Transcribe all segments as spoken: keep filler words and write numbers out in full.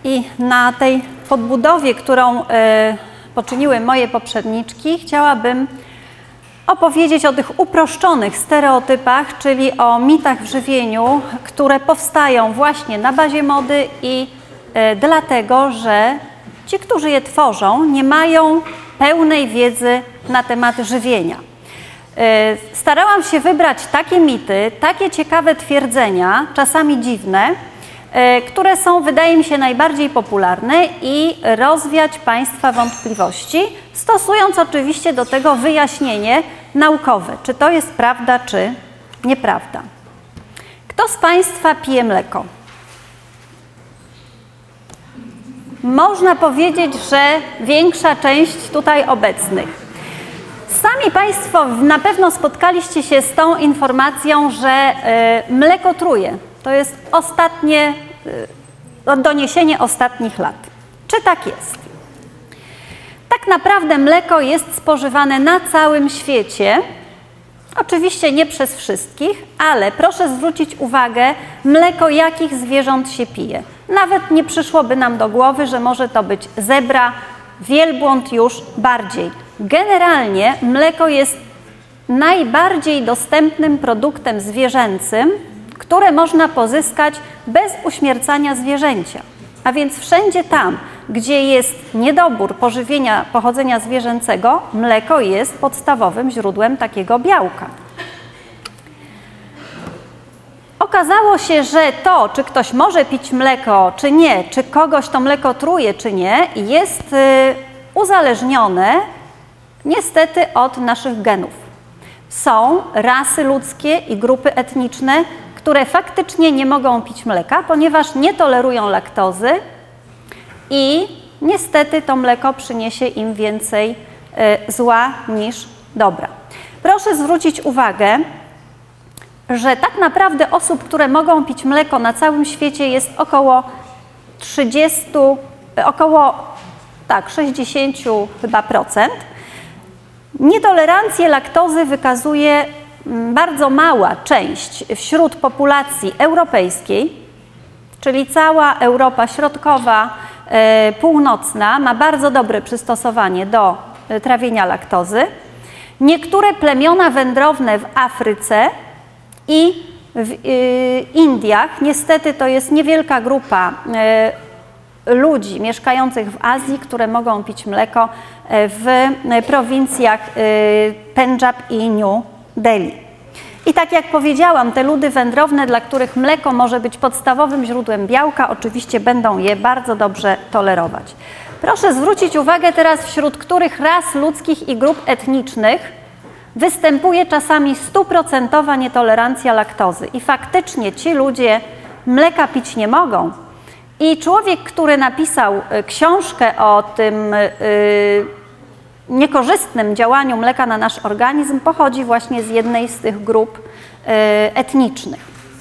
I na tej podbudowie, którą y, poczyniły moje poprzedniczki, chciałabym opowiedzieć o tych uproszczonych stereotypach, czyli o mitach w żywieniu, które powstają właśnie na bazie mody i y, dlatego, że ci, którzy je tworzą, nie mają pełnej wiedzy na temat żywienia. Y, starałam się wybrać takie mity, takie ciekawe twierdzenia, czasami dziwne, y, które są, wydaje mi się, najbardziej popularne i rozwiać Państwa wątpliwości, stosując oczywiście do tego wyjaśnienie naukowe, czy to jest prawda, czy nieprawda. Kto z Państwa pije mleko? Można powiedzieć, że większa część tutaj obecnych. Sami Państwo na pewno spotkaliście się z tą informacją, że y, mleko truje. To jest ostatnie, y, doniesienie ostatnich lat. Czy tak jest? Tak naprawdę mleko jest spożywane na całym świecie. Oczywiście nie przez wszystkich, ale proszę zwrócić uwagę, mleko jakich zwierząt się pije. Nawet nie przyszłoby nam do głowy, że może to być zebra, wielbłąd już bardziej. Generalnie mleko jest najbardziej dostępnym produktem zwierzęcym, które można pozyskać bez uśmiercania zwierzęcia. A więc wszędzie tam, gdzie jest niedobór pożywienia pochodzenia zwierzęcego, mleko jest podstawowym źródłem takiego białka. Okazało się, że to, czy ktoś może pić mleko, czy nie, czy kogoś to mleko truje, czy nie, jest y, uzależnione niestety od naszych genów. Są rasy ludzkie i grupy etniczne, które faktycznie nie mogą pić mleka, ponieważ nie tolerują laktozy i niestety to mleko przyniesie im więcej y, zła niż dobra. Proszę zwrócić uwagę, że tak naprawdę osób, które mogą pić mleko na całym świecie jest około trzydzieści, około tak, sześćdziesiąt chyba procent. Nietolerancję laktozy wykazuje bardzo mała część wśród populacji europejskiej, czyli cała Europa Środkowa, e, Północna ma bardzo dobre przystosowanie do e, trawienia laktozy. Niektóre plemiona wędrowne w Afryce i w y, Indiach, niestety to jest niewielka grupa y, ludzi mieszkających w Azji, które mogą pić mleko w y, prowincjach y, Pendżab i New Delhi. I tak jak powiedziałam, te ludy wędrowne, dla których mleko może być podstawowym źródłem białka, oczywiście będą je bardzo dobrze tolerować. Proszę zwrócić uwagę teraz, wśród których ras ludzkich i grup etnicznych występuje czasami stuprocentowa nietolerancja laktozy. I faktycznie ci ludzie mleka pić nie mogą. I człowiek, który napisał książkę o tym yy, niekorzystnym działaniu mleka na nasz organizm, pochodzi właśnie z jednej z tych grup yy, etnicznych.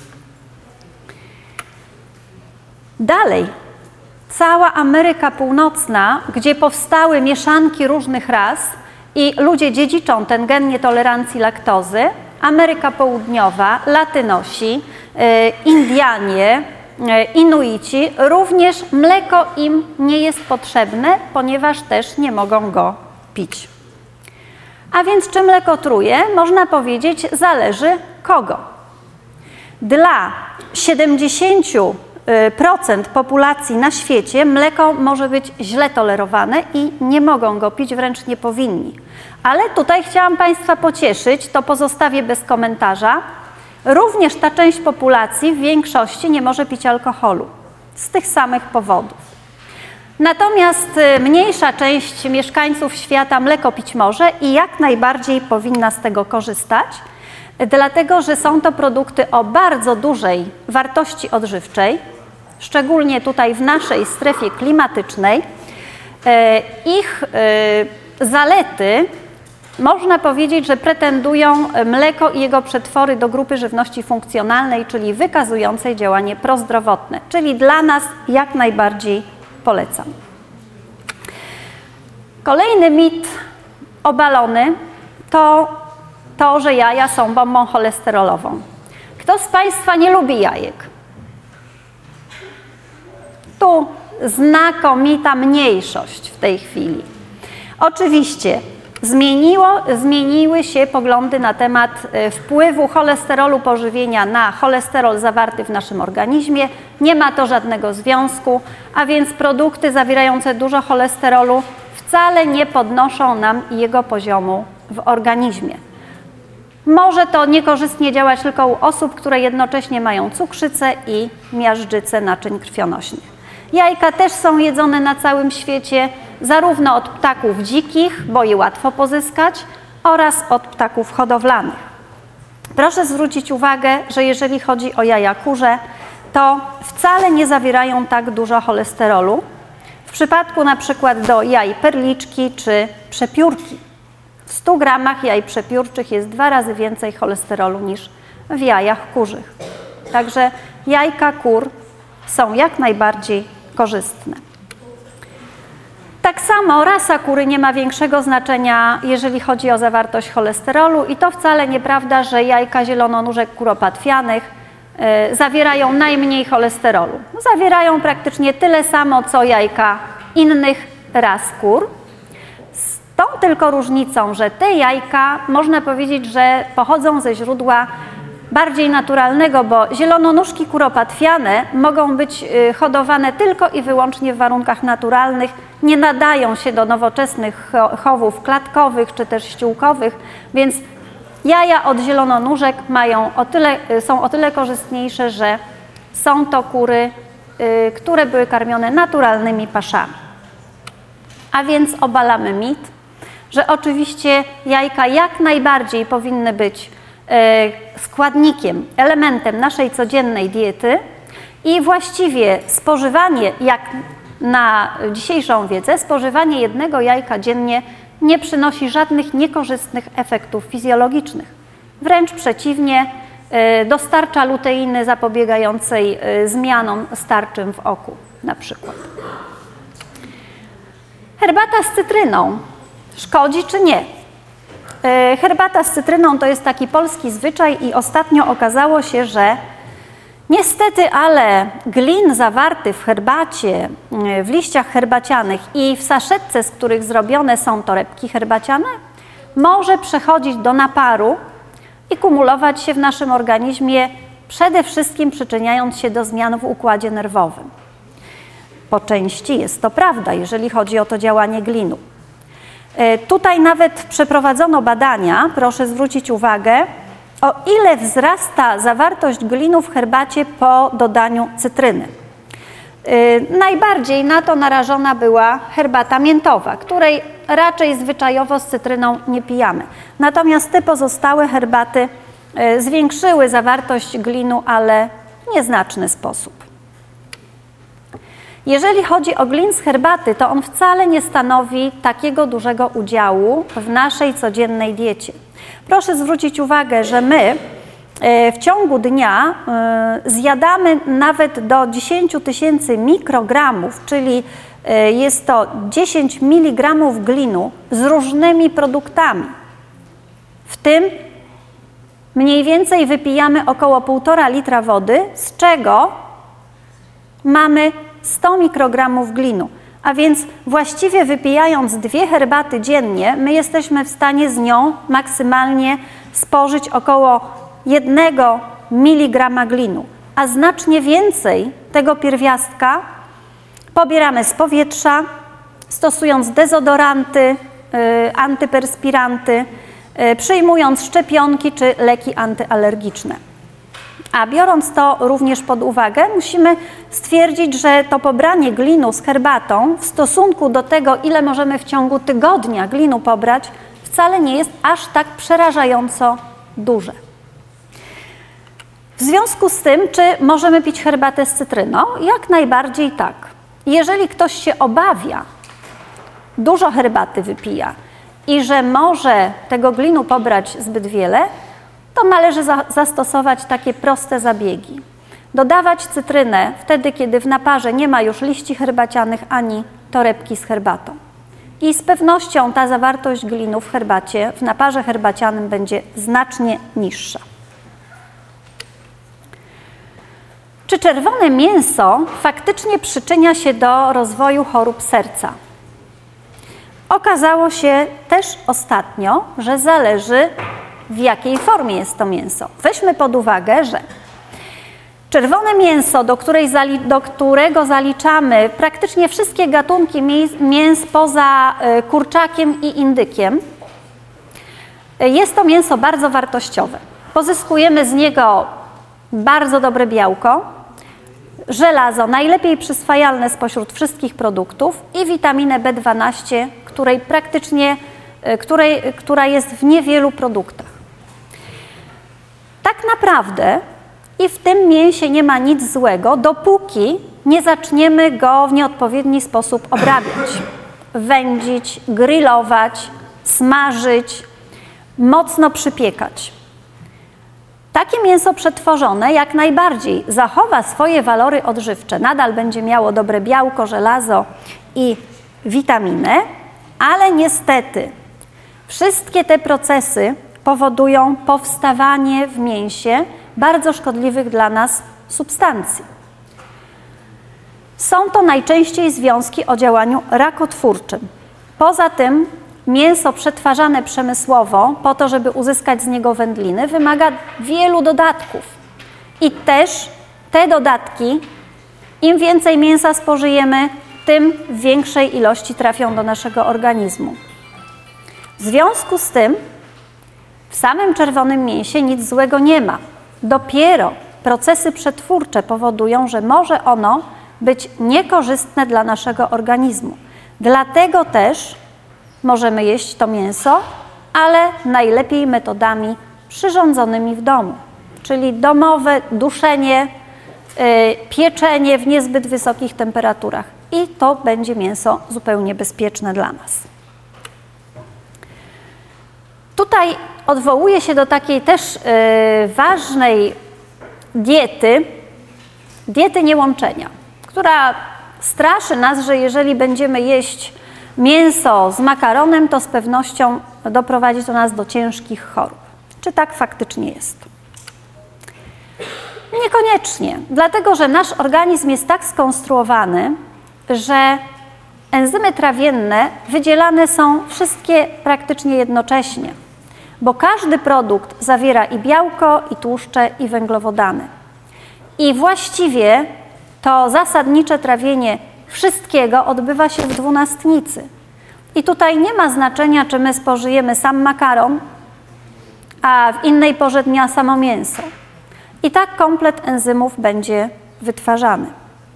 Dalej, cała Ameryka Północna, gdzie powstały mieszanki różnych ras, i ludzie dziedziczą ten gen nietolerancji laktozy, Ameryka Południowa, Latynosi, y, Indianie, y, Inuici, również mleko im nie jest potrzebne, ponieważ też nie mogą go pić. A więc czy mleko truje? Można powiedzieć, zależy kogo. Dla siedemdziesięciu procent populacji na świecie mleko może być źle tolerowane i nie mogą go pić, wręcz nie powinni. Ale tutaj chciałam Państwa pocieszyć, to pozostawię bez komentarza. Również ta część populacji w większości nie może pić alkoholu z tych samych powodów. Natomiast mniejsza część mieszkańców świata mleko pić może i jak najbardziej powinna z tego korzystać, dlatego że są to produkty o bardzo dużej wartości odżywczej, szczególnie tutaj w naszej strefie klimatycznej. Ich zalety, można powiedzieć, że pretendują mleko i jego przetwory do grupy żywności funkcjonalnej, czyli wykazującej działanie prozdrowotne, czyli dla nas jak najbardziej polecam. Kolejny mit obalony to to, że jaja są bombą cholesterolową. Kto z Państwa nie lubi jajek? Tu znakomita mniejszość w tej chwili. Oczywiście zmieniło, zmieniły się poglądy na temat wpływu cholesterolu pożywienia na cholesterol zawarty w naszym organizmie. Nie ma to żadnego związku, a więc produkty zawierające dużo cholesterolu wcale nie podnoszą nam jego poziomu w organizmie. Może to niekorzystnie działać tylko u osób, które jednocześnie mają cukrzycę i miażdżycę naczyń krwionośnych. Jajka też są jedzone na całym świecie, zarówno od ptaków dzikich, bo je łatwo pozyskać, oraz od ptaków hodowlanych. Proszę zwrócić uwagę, że jeżeli chodzi o jaja kurze, to wcale nie zawierają tak dużo cholesterolu. W przypadku na przykład do jaj perliczki czy przepiórki. W stu gramach jaj przepiórczych jest dwa razy więcej cholesterolu niż w jajach kurzych. Także jajka kur są jak najbardziej korzystne. Tak samo rasa kury nie ma większego znaczenia, jeżeli chodzi o zawartość cholesterolu i to wcale nieprawda, że jajka zielononóżek kuropatwianych y, zawierają najmniej cholesterolu. Zawierają praktycznie tyle samo, co jajka innych ras kur. Z tą tylko różnicą, że te jajka, można powiedzieć, że pochodzą ze źródła bardziej naturalnego, bo zielononóżki kuropatwiane mogą być hodowane tylko i wyłącznie w warunkach naturalnych, nie nadają się do nowoczesnych chowów klatkowych czy też ściółkowych, więc jaja od zielononóżek mają o tyle, są o tyle korzystniejsze, że są to kury, które były karmione naturalnymi paszami. A więc obalamy mit, że oczywiście jajka jak najbardziej powinny być składnikiem, elementem naszej codziennej diety i właściwie spożywanie, jak na dzisiejszą wiedzę, spożywanie jednego jajka dziennie nie przynosi żadnych niekorzystnych efektów fizjologicznych. Wręcz przeciwnie, dostarcza luteiny zapobiegającej zmianom starczym w oku na przykład. Herbata z cytryną szkodzi czy nie? Herbata z cytryną to jest taki polski zwyczaj i ostatnio okazało się, że niestety, ale glin zawarty w herbacie, w liściach herbacianych i w saszetce, z których zrobione są torebki herbaciane, może przechodzić do naparu i kumulować się w naszym organizmie, przede wszystkim przyczyniając się do zmian w układzie nerwowym. Po części jest to prawda, jeżeli chodzi o to działanie glinu. Tutaj nawet przeprowadzono badania, proszę zwrócić uwagę, o ile wzrasta zawartość glinu w herbacie po dodaniu cytryny. Najbardziej na to narażona była herbata miętowa, której raczej zwyczajowo z cytryną nie pijamy. Natomiast te pozostałe herbaty zwiększyły zawartość glinu, ale w nieznaczny sposób. Jeżeli chodzi o glin z herbaty, to on wcale nie stanowi takiego dużego udziału w naszej codziennej diecie. Proszę zwrócić uwagę, że my w ciągu dnia zjadamy nawet do dziesięciu tysięcy mikrogramów, czyli jest to dziesięć miligramów glinu z różnymi produktami. W tym mniej więcej wypijamy około półtora litra wody, z czego mamy sto mikrogramów glinu. A więc właściwie wypijając dwie herbaty dziennie, my jesteśmy w stanie z nią maksymalnie spożyć około jednego miligrama glinu. A znacznie więcej tego pierwiastka pobieramy z powietrza, stosując dezodoranty, y, antyperspiranty, y, przyjmując szczepionki czy leki antyalergiczne. A biorąc to również pod uwagę, musimy stwierdzić, że to pobranie glinu z herbatą w stosunku do tego, ile możemy w ciągu tygodnia glinu pobrać, wcale nie jest aż tak przerażająco duże. W związku z tym, czy możemy pić herbatę z cytryną? Jak najbardziej tak. Jeżeli ktoś się obawia, dużo herbaty wypija i że może tego glinu pobrać zbyt wiele, to należy za zastosować takie proste zabiegi. Dodawać cytrynę wtedy, kiedy w naparze nie ma już liści herbacianych ani torebki z herbatą. I z pewnością ta zawartość glinu w herbacie, w naparze herbacianym będzie znacznie niższa. Czy czerwone mięso faktycznie przyczynia się do rozwoju chorób serca? Okazało się też ostatnio, że zależy, w jakiej formie jest to mięso. Weźmy pod uwagę, że czerwone mięso, do, której, do którego zaliczamy praktycznie wszystkie gatunki mięs poza kurczakiem i indykiem, jest to mięso bardzo wartościowe. Pozyskujemy z niego bardzo dobre białko, żelazo, najlepiej przyswajalne spośród wszystkich produktów, i witaminę B dwanaście, której praktycznie, której, która jest w niewielu produktach. Tak naprawdę i w tym mięsie nie ma nic złego, dopóki nie zaczniemy go w nieodpowiedni sposób obrabiać, wędzić, grillować, smażyć, mocno przypiekać. Takie mięso przetworzone jak najbardziej zachowa swoje walory odżywcze, nadal będzie miało dobre białko, żelazo i witaminę, ale niestety wszystkie te procesy powodują powstawanie w mięsie bardzo szkodliwych dla nas substancji. Są to najczęściej związki o działaniu rakotwórczym. Poza tym mięso przetwarzane przemysłowo po to, żeby uzyskać z niego wędliny, wymaga wielu dodatków. I też te dodatki, im więcej mięsa spożyjemy, tym w większej ilości trafią do naszego organizmu. W związku z tym w samym czerwonym mięsie nic złego nie ma. Dopiero procesy przetwórcze powodują, że może ono być niekorzystne dla naszego organizmu. Dlatego też możemy jeść to mięso, ale najlepiej metodami przyrządzonymi w domu, czyli domowe duszenie, yy, pieczenie w niezbyt wysokich temperaturach, i to będzie mięso zupełnie bezpieczne dla nas. Tutaj odwołuję się do takiej też yy, ważnej diety, diety niełączenia, która straszy nas, że jeżeli będziemy jeść mięso z makaronem, to z pewnością doprowadzi to nas do ciężkich chorób. Czy tak faktycznie jest? Niekoniecznie, dlatego że nasz organizm jest tak skonstruowany, że enzymy trawienne wydzielane są wszystkie praktycznie jednocześnie, bo każdy produkt zawiera i białko, i tłuszcze, i węglowodany. I właściwie to zasadnicze trawienie wszystkiego odbywa się w dwunastnicy. I tutaj nie ma znaczenia, czy my spożyjemy sam makaron, a w innej porze dnia samo mięso. I tak komplet enzymów będzie wytwarzany.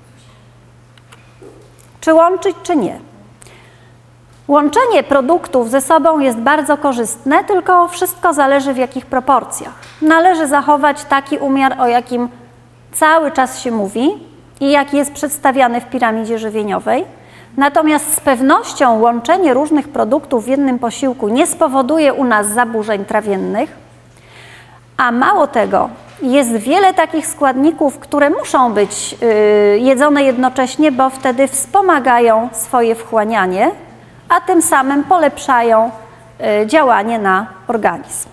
Czy łączyć, czy nie? Łączenie produktów ze sobą jest bardzo korzystne, tylko wszystko zależy w jakich proporcjach. Należy zachować taki umiar, o jakim cały czas się mówi i jaki jest przedstawiany w piramidzie żywieniowej. Natomiast z pewnością łączenie różnych produktów w jednym posiłku nie spowoduje u nas zaburzeń trawiennych, a mało tego, jest wiele takich składników, które muszą być yy, jedzone jednocześnie, bo wtedy wspomagają swoje wchłanianie, a tym samym polepszają yy, działanie na organizm.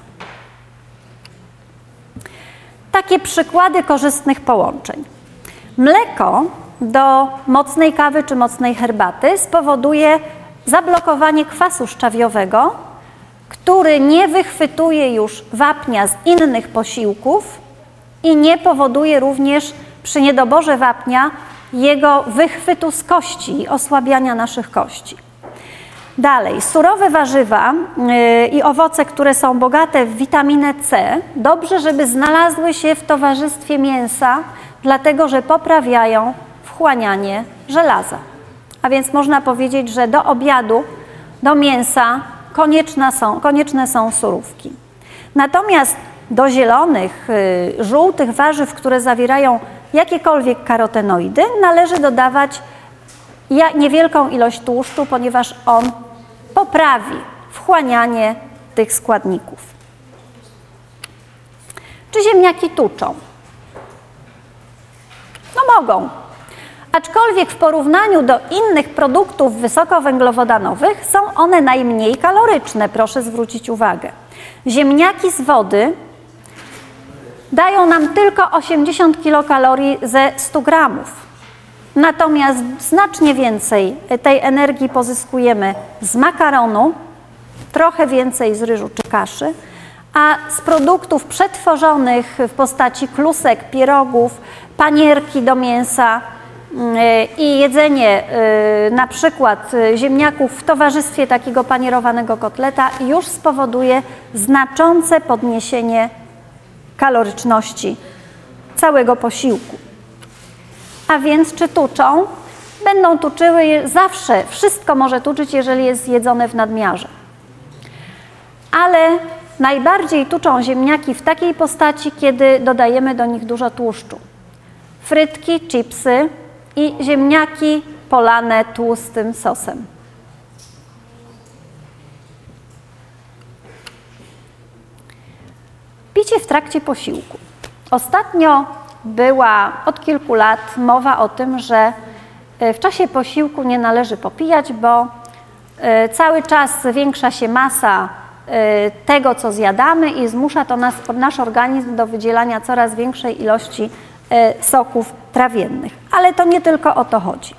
Takie przykłady korzystnych połączeń. Mleko do mocnej kawy czy mocnej herbaty spowoduje zablokowanie kwasu szczawiowego, który nie wychwytuje już wapnia z innych posiłków i nie powoduje również przy niedoborze wapnia jego wychwytu z kości i osłabiania naszych kości. Dalej, surowe warzywa yy, i owoce, które są bogate w witaminę C, dobrze, żeby znalazły się w towarzystwie mięsa, dlatego że poprawiają wchłanianie żelaza. A więc można powiedzieć, że do obiadu, do mięsa konieczne są, konieczne są surówki. Natomiast do zielonych, y, żółtych warzyw, które zawierają jakiekolwiek karotenoidy, należy dodawać niewielką ilość tłuszczu, ponieważ on poprawi wchłanianie tych składników. Czy ziemniaki tuczą? No mogą. Aczkolwiek w porównaniu do innych produktów wysokowęglowodanowych są one najmniej kaloryczne, proszę zwrócić uwagę. Ziemniaki z wody dają nam tylko osiemdziesiąt kilokalorii ze stu gramów. Natomiast znacznie więcej tej energii pozyskujemy z makaronu, trochę więcej z ryżu czy kaszy, a z produktów przetworzonych w postaci klusek, pierogów, panierki do mięsa i jedzenie na przykład ziemniaków w towarzystwie takiego panierowanego kotleta już spowoduje znaczące podniesienie kaloryczności całego posiłku. A więc czy tuczą? Będą tuczyły zawsze. Wszystko może tuczyć, jeżeli jest zjedzone w nadmiarze. Ale najbardziej tuczą ziemniaki w takiej postaci, kiedy dodajemy do nich dużo tłuszczu. Frytki, chipsy i ziemniaki polane tłustym sosem. Picie w trakcie posiłku. Ostatnio była od kilku lat mowa o tym, że w czasie posiłku nie należy popijać, bo cały czas zwiększa się masa tego, co zjadamy i zmusza to nas, nasz organizm do wydzielania coraz większej ilości soków trawiennych. Ale to nie tylko o to chodzi.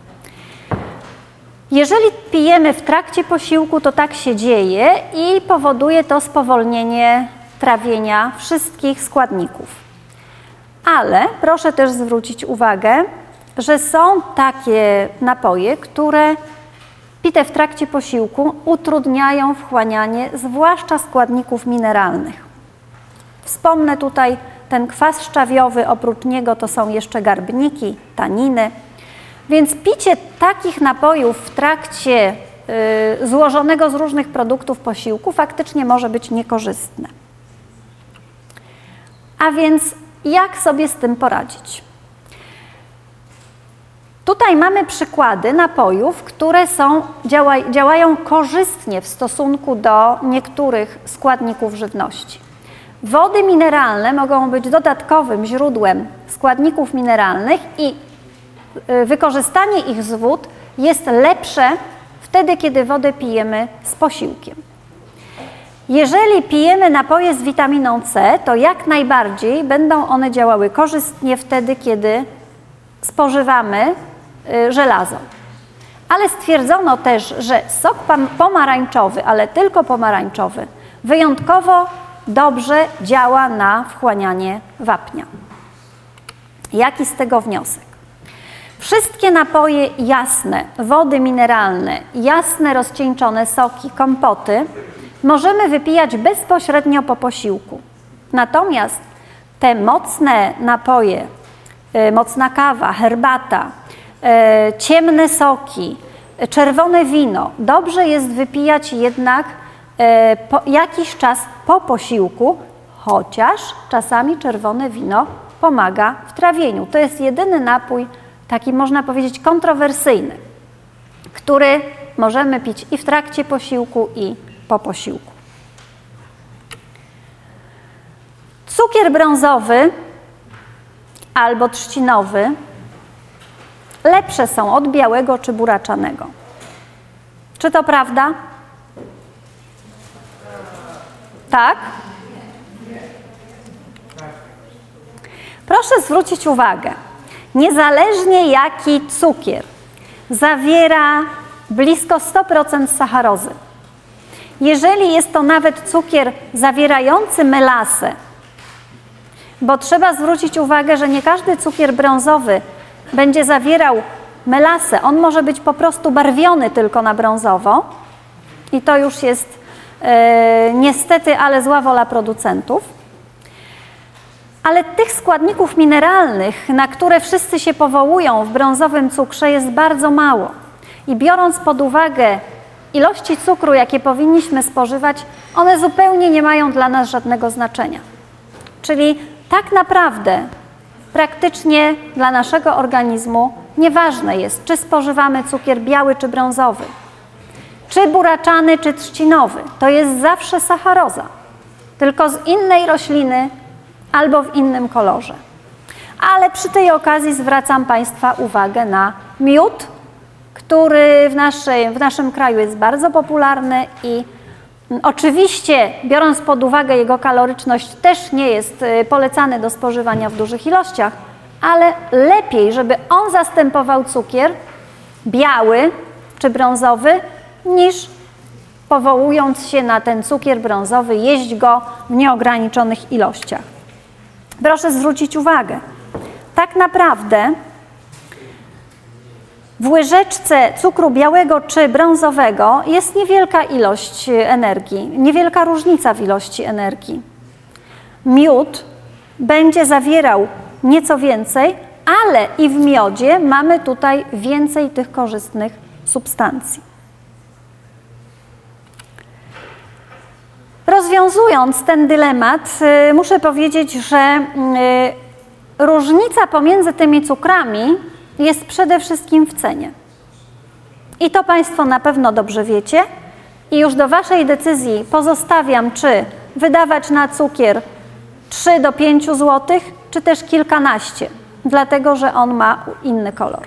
Jeżeli pijemy w trakcie posiłku, to tak się dzieje i powoduje to spowolnienie trawienia wszystkich składników. Ale proszę też zwrócić uwagę, że są takie napoje, które pite w trakcie posiłku utrudniają wchłanianie zwłaszcza składników mineralnych. Wspomnę tutaj ten kwas szczawiowy, oprócz niego to są jeszcze garbniki, taniny. Więc picie takich napojów w trakcie y, złożonego z różnych produktów posiłku faktycznie może być niekorzystne. A więc jak sobie z tym poradzić? Tutaj mamy przykłady napojów, które są, działa, działają korzystnie w stosunku do niektórych składników żywności. Wody mineralne mogą być dodatkowym źródłem składników mineralnych i wykorzystanie ich z wód jest lepsze wtedy, kiedy wodę pijemy z posiłkiem. Jeżeli pijemy napoje z witaminą C, to jak najbardziej będą one działały korzystnie wtedy, kiedy spożywamy żelazo. Ale stwierdzono też, że sok pomarańczowy, ale tylko pomarańczowy, wyjątkowo dobrze działa na wchłanianie wapnia. Jaki z tego wniosek? Wszystkie napoje jasne, wody mineralne, jasne rozcieńczone soki, kompoty możemy wypijać bezpośrednio po posiłku. Natomiast te mocne napoje, yy, mocna kawa, herbata, yy, ciemne soki, czerwone wino, dobrze jest wypijać jednak yy, po, jakiś czas po posiłku, chociaż czasami czerwone wino pomaga w trawieniu. To jest jedyny napój, taki można powiedzieć kontrowersyjny, który możemy pić i w trakcie posiłku, i po posiłku. Cukier brązowy albo trzcinowy lepsze są od białego czy buraczanego. Czy to prawda? Tak? Proszę zwrócić uwagę, niezależnie jaki cukier zawiera blisko sto procent sacharozy. Jeżeli jest to nawet cukier zawierający melasę, bo trzeba zwrócić uwagę, że nie każdy cukier brązowy będzie zawierał melasę. On może być po prostu barwiony tylko na brązowo i to już jest e, niestety, ale zła wola producentów. Ale tych składników mineralnych, na które wszyscy się powołują w brązowym cukrze, jest bardzo mało. I biorąc pod uwagę ilości cukru, jakie powinniśmy spożywać, one zupełnie nie mają dla nas żadnego znaczenia. Czyli tak naprawdę praktycznie dla naszego organizmu nieważne jest, czy spożywamy cukier biały czy brązowy, czy buraczany, czy trzcinowy. To jest zawsze sacharoza, tylko z innej rośliny albo w innym kolorze. Ale przy tej okazji zwracam Państwa uwagę na miód, który w, naszej, w naszym kraju jest bardzo popularny i Oczywiście, biorąc pod uwagę jego kaloryczność, też nie jest polecany do spożywania w dużych ilościach, ale lepiej, żeby on zastępował cukier biały czy brązowy, niż powołując się na ten cukier brązowy, jeść go w nieograniczonych ilościach. Proszę zwrócić uwagę, tak naprawdę w łyżeczce cukru białego czy brązowego jest niewielka ilość energii, niewielka różnica w ilości energii. Miód będzie zawierał nieco więcej, ale i w miodzie mamy tutaj więcej tych korzystnych substancji. Rozwiązując ten dylemat, muszę powiedzieć, że różnica pomiędzy tymi cukrami jest przede wszystkim w cenie. I to Państwo na pewno dobrze wiecie. I już do Waszej decyzji pozostawiam, czy wydawać na cukier trzy do pięciu złotych, czy też kilkanaście, dlatego że on ma inny kolor.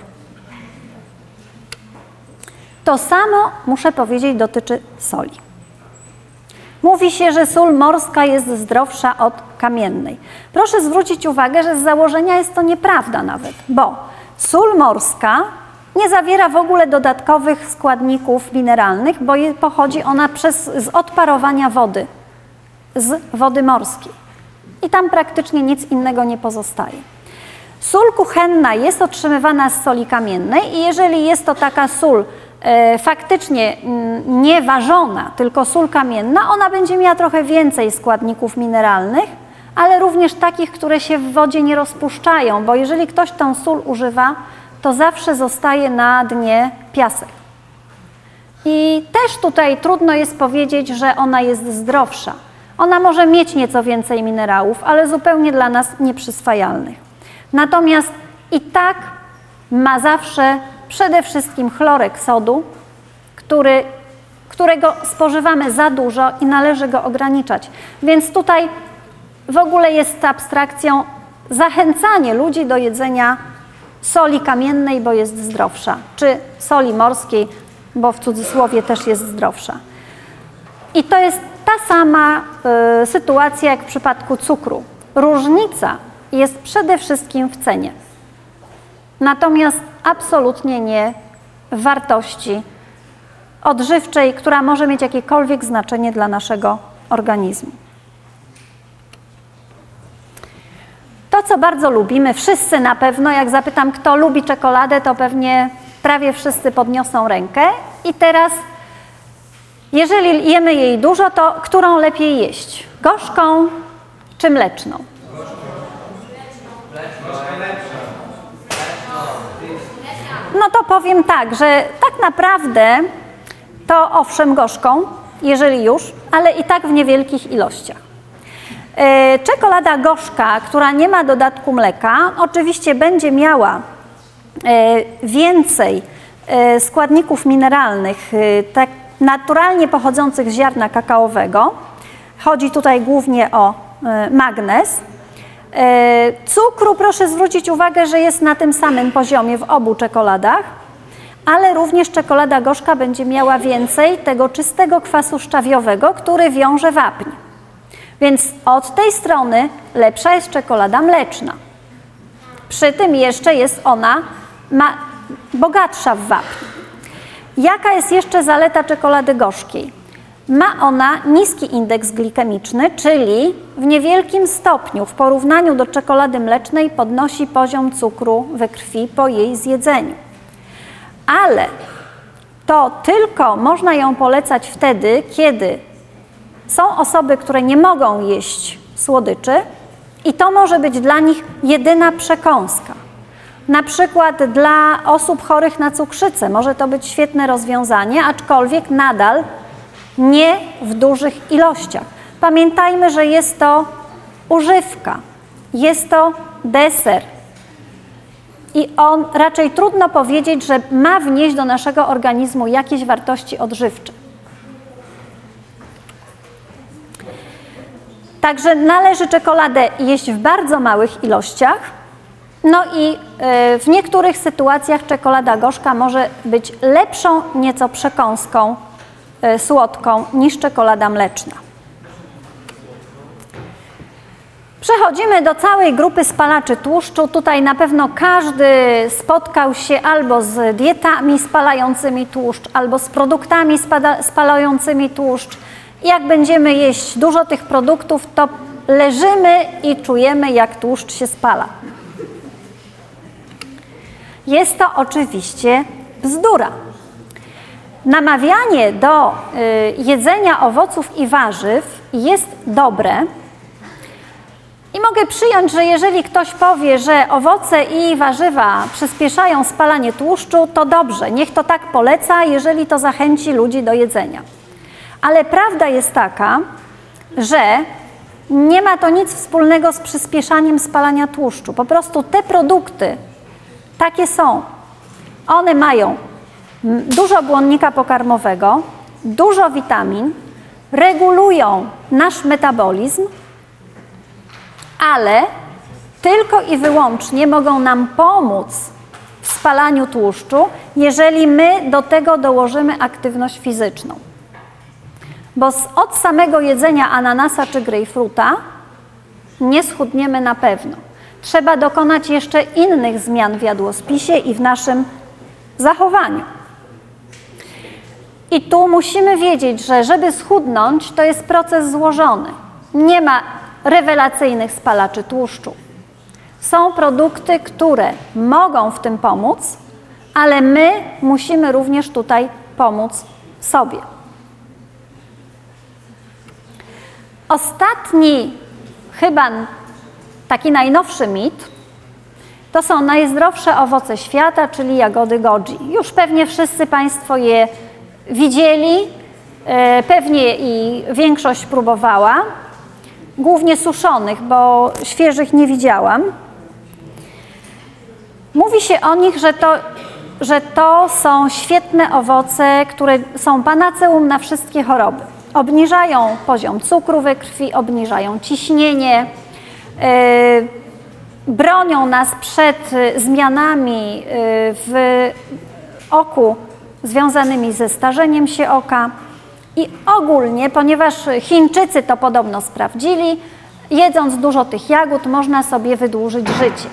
To samo, muszę powiedzieć, dotyczy soli. Mówi się, że sól morska jest zdrowsza od kamiennej. Proszę zwrócić uwagę, że z założenia jest to nieprawda nawet, bo sól morska nie zawiera w ogóle dodatkowych składników mineralnych, bo pochodzi ona przez, z odparowania wody, z wody morskiej. I tam praktycznie nic innego nie pozostaje. Sól kuchenna jest otrzymywana z soli kamiennej i jeżeli jest to taka sól e, faktycznie m, nie ważona, tylko sól kamienna, ona będzie miała trochę więcej składników mineralnych, ale również takich, które się w wodzie nie rozpuszczają, bo jeżeli ktoś tą sól używa, to zawsze zostaje na dnie piasek. I też tutaj trudno jest powiedzieć, że ona jest zdrowsza. Ona może mieć nieco więcej minerałów, ale zupełnie dla nas nieprzyswajalnych. Natomiast i tak ma zawsze przede wszystkim chlorek sodu, który, którego spożywamy za dużo i należy go ograniczać. Więc tutaj w ogóle jest abstrakcją zachęcanie ludzi do jedzenia soli kamiennej, bo jest zdrowsza, czy soli morskiej, bo w cudzysłowie też jest zdrowsza. I to jest ta sama y, sytuacja jak w przypadku cukru. Różnica jest przede wszystkim w cenie, natomiast absolutnie nie w wartości odżywczej, która może mieć jakiekolwiek znaczenie dla naszego organizmu. To, co bardzo lubimy, wszyscy na pewno, jak zapytam, kto lubi czekoladę, to pewnie prawie wszyscy podniosą rękę. I teraz, jeżeli jemy jej dużo, to którą lepiej jeść? Gorzką czy mleczną? No to powiem tak, że tak naprawdę to owszem gorzką, jeżeli już, ale i tak w niewielkich ilościach. Czekolada gorzka, która nie ma dodatku mleka, oczywiście będzie miała więcej składników mineralnych, tak naturalnie pochodzących z ziarna kakaowego. Chodzi tutaj głównie o magnez. Cukru, proszę zwrócić uwagę, że jest na tym samym poziomie w obu czekoladach, ale również czekolada gorzka będzie miała więcej tego czystego kwasu szczawiowego, który wiąże wapń. Więc od tej strony lepsza jest czekolada mleczna. Przy tym jeszcze jest ona ma bogatsza w wapń. Jaka jest jeszcze zaleta czekolady gorzkiej? Ma ona niski indeks glikemiczny, czyli w niewielkim stopniu w porównaniu do czekolady mlecznej podnosi poziom cukru we krwi po jej zjedzeniu. Ale to tylko można ją polecać wtedy, kiedy są osoby, które nie mogą jeść słodyczy i to może być dla nich jedyna przekąska. Na przykład dla osób chorych na cukrzycę może to być świetne rozwiązanie, aczkolwiek nadal nie w dużych ilościach. Pamiętajmy, że jest to używka, jest to deser i on raczej trudno powiedzieć, że ma wnieść do naszego organizmu jakieś wartości odżywcze. Także należy czekoladę jeść w bardzo małych ilościach. No i w niektórych sytuacjach czekolada gorzka może być lepszą nieco przekąską słodką niż czekolada mleczna. Przechodzimy do całej grupy spalaczy tłuszczu. Tutaj na pewno każdy spotkał się albo z dietami spalającymi tłuszcz, albo z produktami spalającymi tłuszcz. Jak będziemy jeść dużo tych produktów, to leżymy i czujemy, jak tłuszcz się spala. Jest to oczywiście bzdura. Namawianie do y, jedzenia owoców i warzyw jest dobre. I mogę przyjąć, że jeżeli ktoś powie, że owoce i warzywa przyspieszają spalanie tłuszczu, to dobrze, niech to tak poleca, jeżeli to zachęci ludzi do jedzenia. Ale prawda jest taka, że nie ma to nic wspólnego z przyspieszaniem spalania tłuszczu. Po prostu te produkty takie są. One mają dużo błonnika pokarmowego, dużo witamin, regulują nasz metabolizm, ale tylko i wyłącznie mogą nam pomóc w spalaniu tłuszczu, jeżeli my do tego dołożymy aktywność fizyczną. Bo od samego jedzenia ananasa czy grejpfruta nie schudniemy na pewno. Trzeba dokonać jeszcze innych zmian w jadłospisie i w naszym zachowaniu. I tu musimy wiedzieć, że żeby schudnąć, to jest proces złożony. Nie ma rewelacyjnych spalaczy tłuszczu. Są produkty, które mogą w tym pomóc, ale my musimy również tutaj pomóc sobie. Ostatni, chyba taki najnowszy mit, to są najzdrowsze owoce świata, czyli jagody goji. Już pewnie wszyscy Państwo je widzieli, pewnie i większość próbowała. Głównie suszonych, bo świeżych nie widziałam. Mówi się o nich, że to, że to są świetne owoce, które są panaceum na wszystkie choroby. Obniżają poziom cukru we krwi, obniżają ciśnienie, yy, bronią nas przed zmianami yy, w oku związanymi ze starzeniem się oka. I ogólnie, ponieważ Chińczycy to podobno sprawdzili, jedząc dużo tych jagód można sobie wydłużyć życie.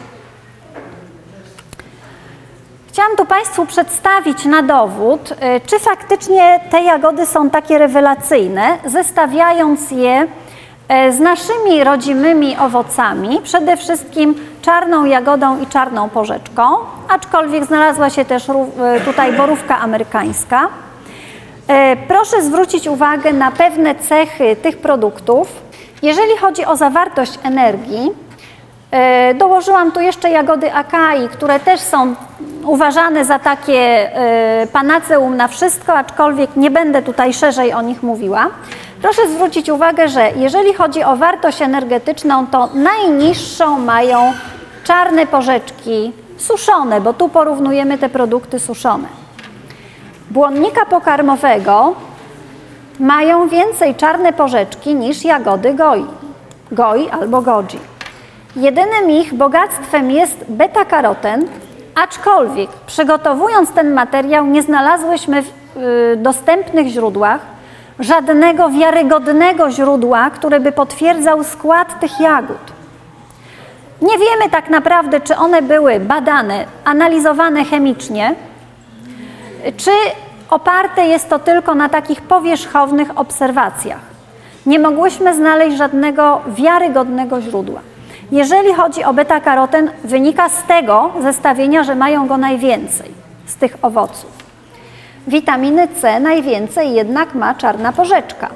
Chciałam tu Państwu przedstawić na dowód, czy faktycznie te jagody są takie rewelacyjne, zestawiając je z naszymi rodzimymi owocami, przede wszystkim czarną jagodą i czarną porzeczką, aczkolwiek znalazła się też tutaj borówka amerykańska. Proszę zwrócić uwagę na pewne cechy tych produktów. Jeżeli chodzi o zawartość energii, dołożyłam tu jeszcze jagody akai, które też są uważane za takie panaceum na wszystko, aczkolwiek nie będę tutaj szerzej o nich mówiła. Proszę zwrócić uwagę, że jeżeli chodzi o wartość energetyczną, to najniższą mają czarne porzeczki suszone, bo tu porównujemy te produkty suszone. Błonnika pokarmowego mają więcej czarne porzeczki niż jagody goi, goi albo goji. Jedynym ich bogactwem jest beta-karoten, aczkolwiek przygotowując ten materiał nie znalazłyśmy w y, dostępnych źródłach żadnego wiarygodnego źródła, które by potwierdzał skład tych jagód. Nie wiemy tak naprawdę, czy one były badane, analizowane chemicznie, czy oparte jest to tylko na takich powierzchownych obserwacjach. Nie mogłyśmy znaleźć żadnego wiarygodnego źródła. Jeżeli chodzi o beta-karoten, wynika z tego zestawienia, że mają go najwięcej z tych owoców. Witaminy C najwięcej jednak ma czarna porzeczka.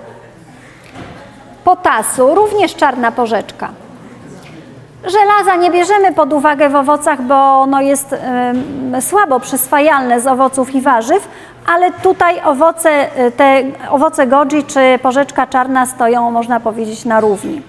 Potasu również czarna porzeczka. Żelaza nie bierzemy pod uwagę w owocach, bo ono jest y, słabo przyswajalne z owoców i warzyw, ale tutaj owoce, te owoce goji czy porzeczka czarna stoją, można powiedzieć, na równi.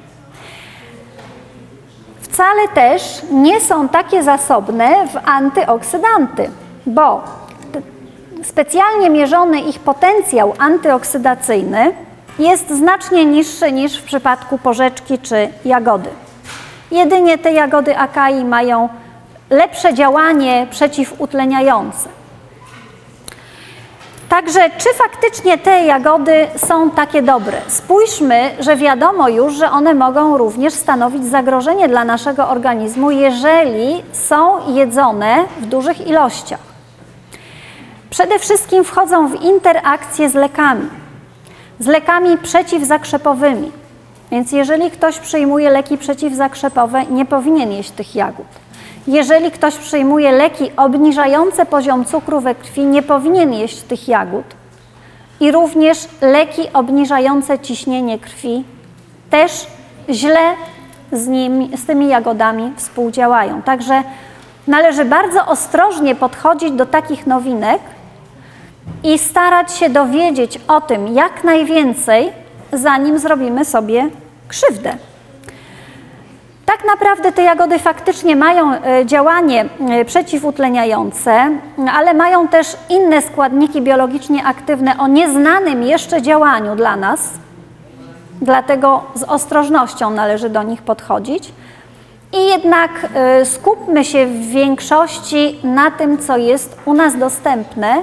Wcale też nie są takie zasobne w antyoksydanty, bo specjalnie mierzony ich potencjał antyoksydacyjny jest znacznie niższy niż w przypadku porzeczki czy jagody. Jedynie te jagody akai mają lepsze działanie przeciwutleniające. Także czy faktycznie te jagody są takie dobre? Spójrzmy, że wiadomo już, że one mogą również stanowić zagrożenie dla naszego organizmu, jeżeli są jedzone w dużych ilościach. Przede wszystkim wchodzą w interakcję z lekami, z lekami przeciwzakrzepowymi. Więc jeżeli ktoś przyjmuje leki przeciwzakrzepowe, nie powinien jeść tych jagód. Jeżeli ktoś przyjmuje leki obniżające poziom cukru we krwi, nie powinien jeść tych jagód. I również leki obniżające ciśnienie krwi też źle z, nimi, z tymi jagodami współdziałają. Także należy bardzo ostrożnie podchodzić do takich nowinek i starać się dowiedzieć o tym jak najwięcej, zanim zrobimy sobie krzywdę. Tak naprawdę te jagody faktycznie mają działanie przeciwutleniające, ale mają też inne składniki biologicznie aktywne o nieznanym jeszcze działaniu dla nas, dlatego z ostrożnością należy do nich podchodzić. I jednak skupmy się w większości na tym, co jest u nas dostępne,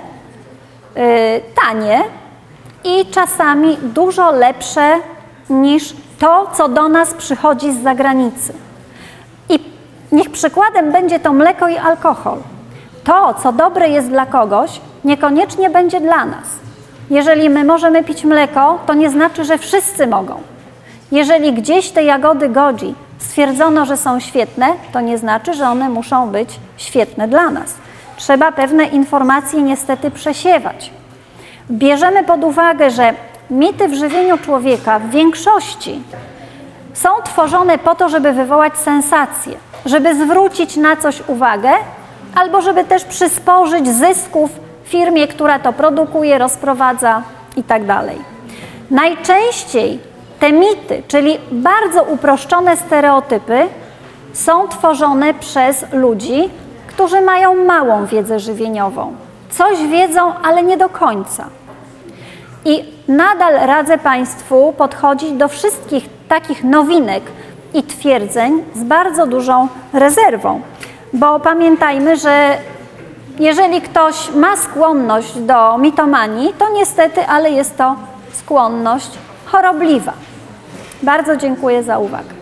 tanie i czasami dużo lepsze niż to, co do nas przychodzi z zagranicy. I niech przykładem będzie to mleko i alkohol. To, co dobre jest dla kogoś, niekoniecznie będzie dla nas. Jeżeli my możemy pić mleko, to nie znaczy, że wszyscy mogą. Jeżeli gdzieś te jagody goji stwierdzono, że są świetne, to nie znaczy, że one muszą być świetne dla nas. Trzeba pewne informacje niestety przesiewać. Bierzemy pod uwagę, że mity w żywieniu człowieka w większości są tworzone po to, żeby wywołać sensację, żeby zwrócić na coś uwagę, albo żeby też przysporzyć zysków firmie, która to produkuje, rozprowadza itd. Najczęściej te mity, czyli bardzo uproszczone stereotypy, są tworzone przez ludzi, którzy mają małą wiedzę żywieniową. Coś wiedzą, ale nie do końca. I nadal radzę Państwu podchodzić do wszystkich takich nowinek i twierdzeń z bardzo dużą rezerwą, bo pamiętajmy, że jeżeli ktoś ma skłonność do mitomanii, to niestety, ale jest to skłonność chorobliwa. Bardzo dziękuję za uwagę.